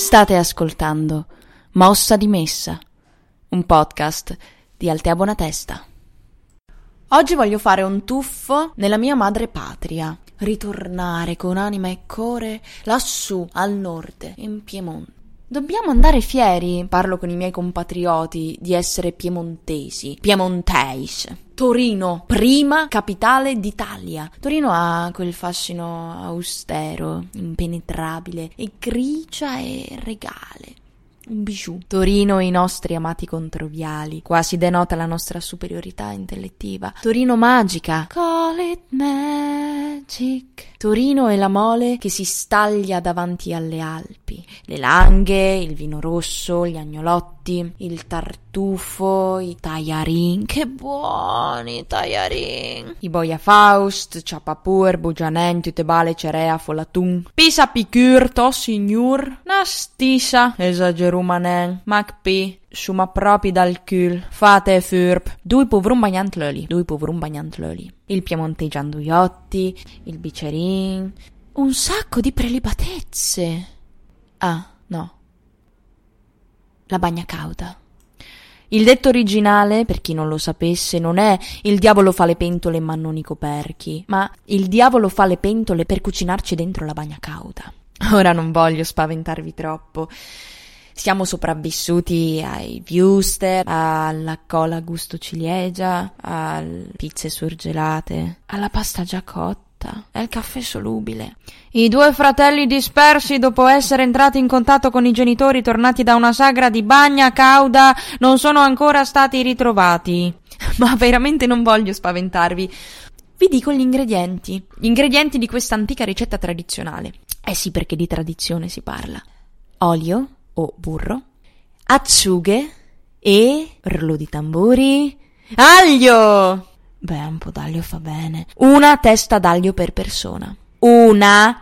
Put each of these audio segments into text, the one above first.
State ascoltando Mossa di Messa, un podcast di Altea Bonatesta. Oggi voglio fare un tuffo nella mia madre patria, ritornare con anima e cuore lassù al nord, in Piemonte. Dobbiamo andare fieri, parlo con i miei compatrioti, di essere piemontesi. Torino, prima capitale d'Italia. Torino ha quel fascino austero, impenetrabile, e grigia e regale. Un bijou. Torino e i nostri amati controviali. Qua si denota la nostra superiorità intellettiva. Torino magica. Call it magic. Torino è la mole che si staglia davanti alle Alpi. Le langhe, il vino rosso, gli agnolotti, il tartufo, i tajarin. Che buoni i tajarin! I boia Faust, ciapapur, bugianen, tutebale, cerea, folatun. Pisa picur, to signor. Nastisa, esagerumanen, macpi. Suma propi dal cul, fate furp. Dui povrum bagnant loli. Il piemontese anduiotti, il bicerin. Un sacco di prelibatezze. Ah, no. La bagna cauda. Il detto originale, per chi non lo sapesse, non è il diavolo fa le pentole ma non i coperchi, ma il diavolo fa le pentole per cucinarci dentro la bagna cauda. Ora non voglio spaventarvi troppo. Siamo sopravvissuti ai wuster, alla cola gusto ciliegia, alle pizze surgelate, alla pasta già cotta e al caffè solubile. I due fratelli dispersi, dopo essere entrati in contatto con i genitori tornati da una sagra di bagna cauda, non sono ancora stati ritrovati. Ma veramente non voglio spaventarvi. Vi dico gli ingredienti di questa antica ricetta tradizionale. Eh sì, perché di tradizione si parla. Olio o burro, acciughe e, rullo di tamburi, aglio! Beh, un po' d'aglio fa bene. Una testa d'aglio per persona. Una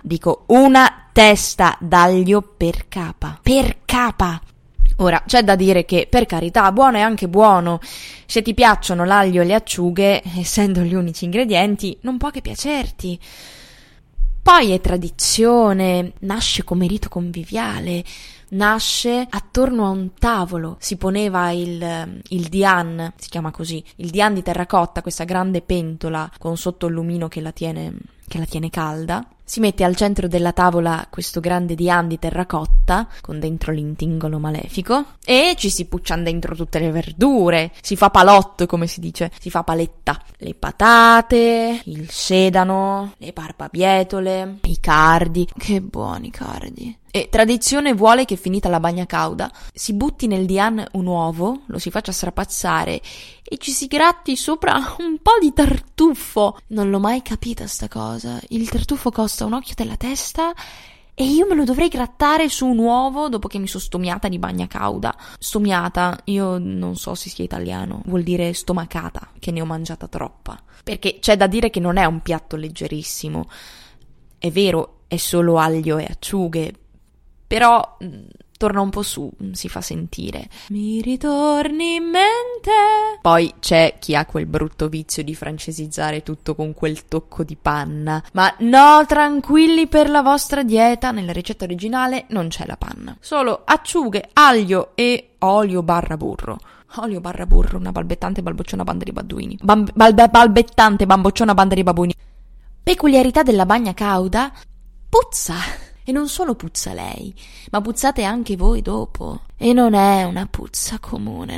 testa d'aglio per capa. Per capa! Ora, c'è da dire che, per carità, buono è anche buono. Se ti piacciono l'aglio e le acciughe, essendo gli unici ingredienti, non può che piacerti. Poi è tradizione, nasce come rito conviviale, nasce attorno a un tavolo, si poneva il dian, si chiama così, il dian di terracotta, questa grande pentola con sotto il lumino che la tiene calda. Si mette al centro della tavola questo grande dian di terracotta, con dentro l'intingolo malefico, e ci si pucciano dentro tutte le verdure, si fa palotto, come si dice, si fa paletta. Le patate, il sedano, le barbabietole, i cardi. Che buoni cardi! E tradizione vuole che, finita la bagna cauda, si butti nel dian un uovo, lo si faccia strapazzare e ci si gratti sopra un po' di tartufo. Non l'ho mai capita sta cosa. Il tartufo costa un occhio della testa e io me lo dovrei grattare su un uovo dopo che mi sono stomiata di bagna cauda. Stomiata, io non so se sia italiano, vuol dire stomacata, che ne ho mangiata troppa. Perché c'è da dire che non è un piatto leggerissimo. È vero, è solo aglio e acciughe, però torna un po' su, si fa sentire. Mi ritorni in mente. Poi c'è chi ha quel brutto vizio di francesizzare tutto con quel tocco di panna. Ma no, tranquilli, per la vostra dieta, nella ricetta originale non c'è la panna. Solo acciughe, aglio e olio barra burro. Olio barra burro, una balbettante balbocciona banda di babuini. Balbettante bambocciona banda di babuini. Peculiarità della bagna cauda: puzza. E non solo puzza lei, ma puzzate anche voi dopo. E non è una puzza comune,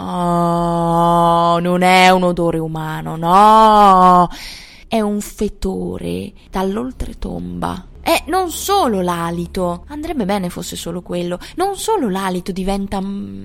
no, non è un odore umano, no, è un fetore dall'oltretomba. E non solo l'alito, andrebbe bene fosse solo quello, non solo l'alito diventa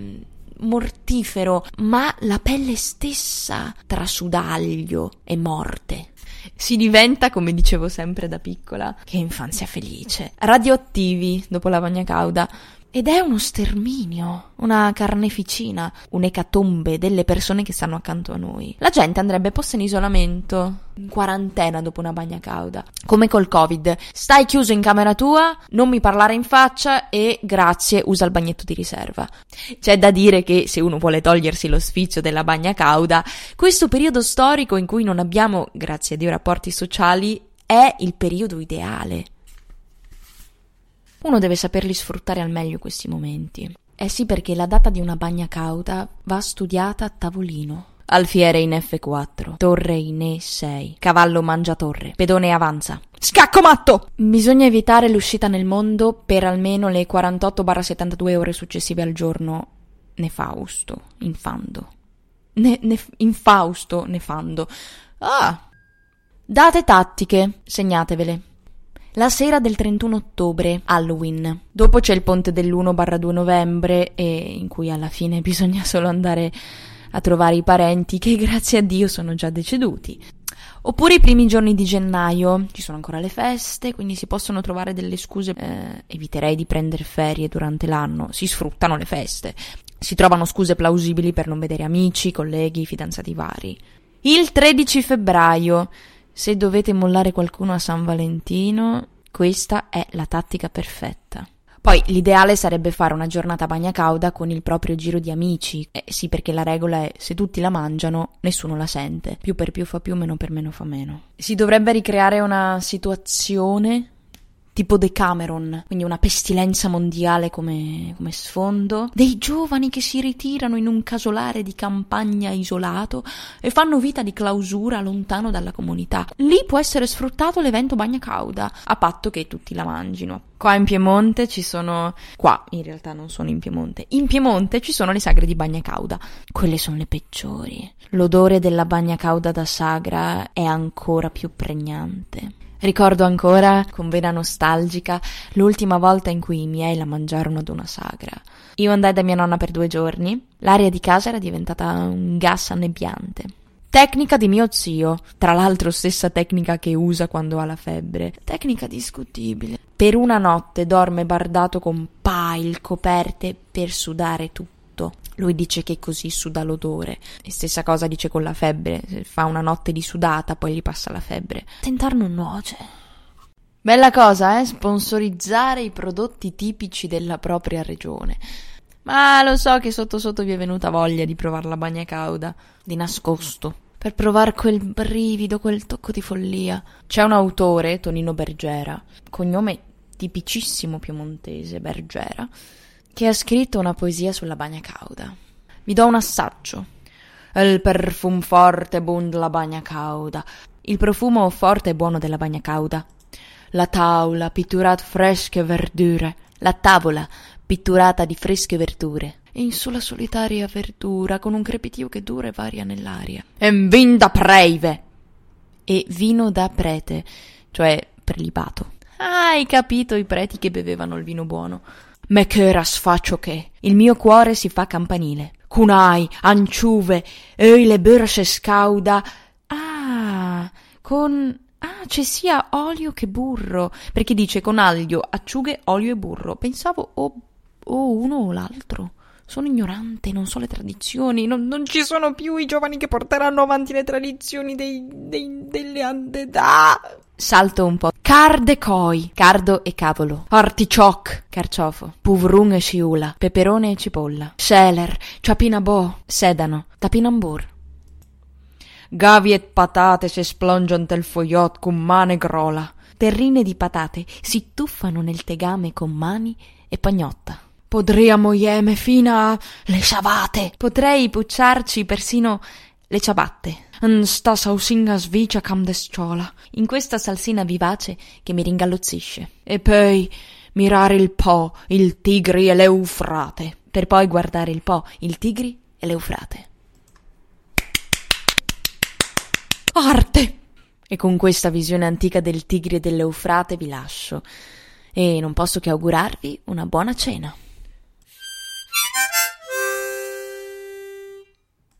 mortifero, ma la pelle stessa tra sudaglio e morte. Si diventa, come dicevo sempre da piccola, che infanzia felice, radioattivi dopo la bagna cauda. Ed è uno sterminio, una carneficina, un'ecatombe delle persone che stanno accanto a noi. La gente andrebbe posta in isolamento, in quarantena dopo una bagna cauda. Come col Covid. Stai chiuso in camera tua, non mi parlare in faccia e grazie, usa il bagnetto di riserva. C'è da dire che se uno vuole togliersi lo sfizio della bagna cauda, questo periodo storico in cui non abbiamo, grazie a Dio, rapporti sociali, è il periodo ideale. Uno deve saperli sfruttare al meglio questi momenti. Eh sì, perché la data di una bagna cauda va studiata a tavolino. Alfiere in F4, torre in E6, cavallo mangia torre, pedone avanza. Scacco matto! Bisogna evitare l'uscita nel mondo per almeno le 48-72 ore successive al giorno nefausto, infando. Infausto, nefando. Date tattiche, segnatevele. La sera del 31 ottobre, Halloween. Dopo c'è il ponte dell'1-2 novembre, in cui alla fine bisogna solo andare a trovare i parenti che grazie a Dio sono già deceduti. Oppure i primi giorni di gennaio, ci sono ancora le feste, quindi si possono trovare delle scuse. Eviterei di prendere ferie durante l'anno, si sfruttano le feste. Si trovano scuse plausibili per non vedere amici, colleghi, fidanzati vari. Il 13 febbraio, se dovete mollare qualcuno a San Valentino, questa è la tattica perfetta. Poi l'ideale sarebbe fare una giornata bagna cauda con il proprio giro di amici. Sì, perché la regola è: se tutti la mangiano, nessuno la sente. Più per più fa più, meno per meno fa meno. Si dovrebbe ricreare una situazione tipo Decameron, quindi una pestilenza mondiale come sfondo, dei giovani che si ritirano in un casolare di campagna isolato e fanno vita di clausura lontano dalla comunità. Lì può essere sfruttato l'evento bagna cauda, a patto che tutti la mangino. Qua in Piemonte qua in realtà non sono in Piemonte ci sono le sagre di bagna cauda. Quelle sono le peggiori. L'odore della bagna cauda da sagra è ancora più pregnante. Ricordo ancora, con vena nostalgica, l'ultima volta in cui i miei la mangiarono ad una sagra. Io andai da mia nonna per 2 giorni, l'aria di casa era diventata un gas annebbiante. Tecnica di mio zio, tra l'altro stessa tecnica che usa quando ha la febbre. Tecnica discutibile. Per una notte dorme bardato con pile, coperte, per sudare tutto. Lui dice che così suda l'odore. E stessa cosa dice con la febbre. Se fa una notte di sudata, poi gli passa la febbre. Tentar non nuoce. Bella cosa, sponsorizzare i prodotti tipici della propria regione. Ma lo so che sotto sotto vi è venuta voglia di provare la bagna cauda, di nascosto, per provare quel brivido, quel tocco di follia. C'è un autore, Tonino Bergera, cognome tipicissimo piemontese, Bergera, che ha scritto una poesia sulla bagna cauda. Vi do un assaggio. Il perfum forte e buon della bagna cauda. Il profumo forte e buono della bagna cauda. La tavola pitturata fresche verdure. La tavola pitturata di fresche verdure. In sulla solitaria verdura, con un crepitio che dura e varia nell'aria. E vin da preive. E vino da prete, cioè prelibato. Hai capito i preti che bevevano il vino buono. Me che rasfaccio che il mio cuore si fa campanile. Cunai, anciuve, le borse scauda. C'è sia olio che burro, perché dice con aglio, acciughe, olio e burro. Pensavo o uno o l'altro. Sono ignorante, non so le tradizioni, non ci sono più i giovani che porteranno avanti le tradizioni delle ande. Salto un po'. Cardecoi, cardo e cavolo. Artichoc, carciofo. Puvrun e sciula, peperone e cipolla. Scheler, ciapinabò, sedano, tapinambur. Gavi e patate si splongiano del fogliot con mane grola. Terrine di patate si tuffano nel tegame con mani e pagnotta. Podriamo ieme fino a le ciabatte. Potrei pucciarci persino le ciabatte. Sta sausinga svicia cam desciola. In questa salsina vivace che mi ringallozzisce. E poi mirare il Po, il Tigri e l'Eufrate. Per poi guardare il Po, il Tigri e l'Eufrate. Arte! E con questa visione antica del Tigri e dell'Eufrate vi lascio. E non posso che augurarvi una buona cena.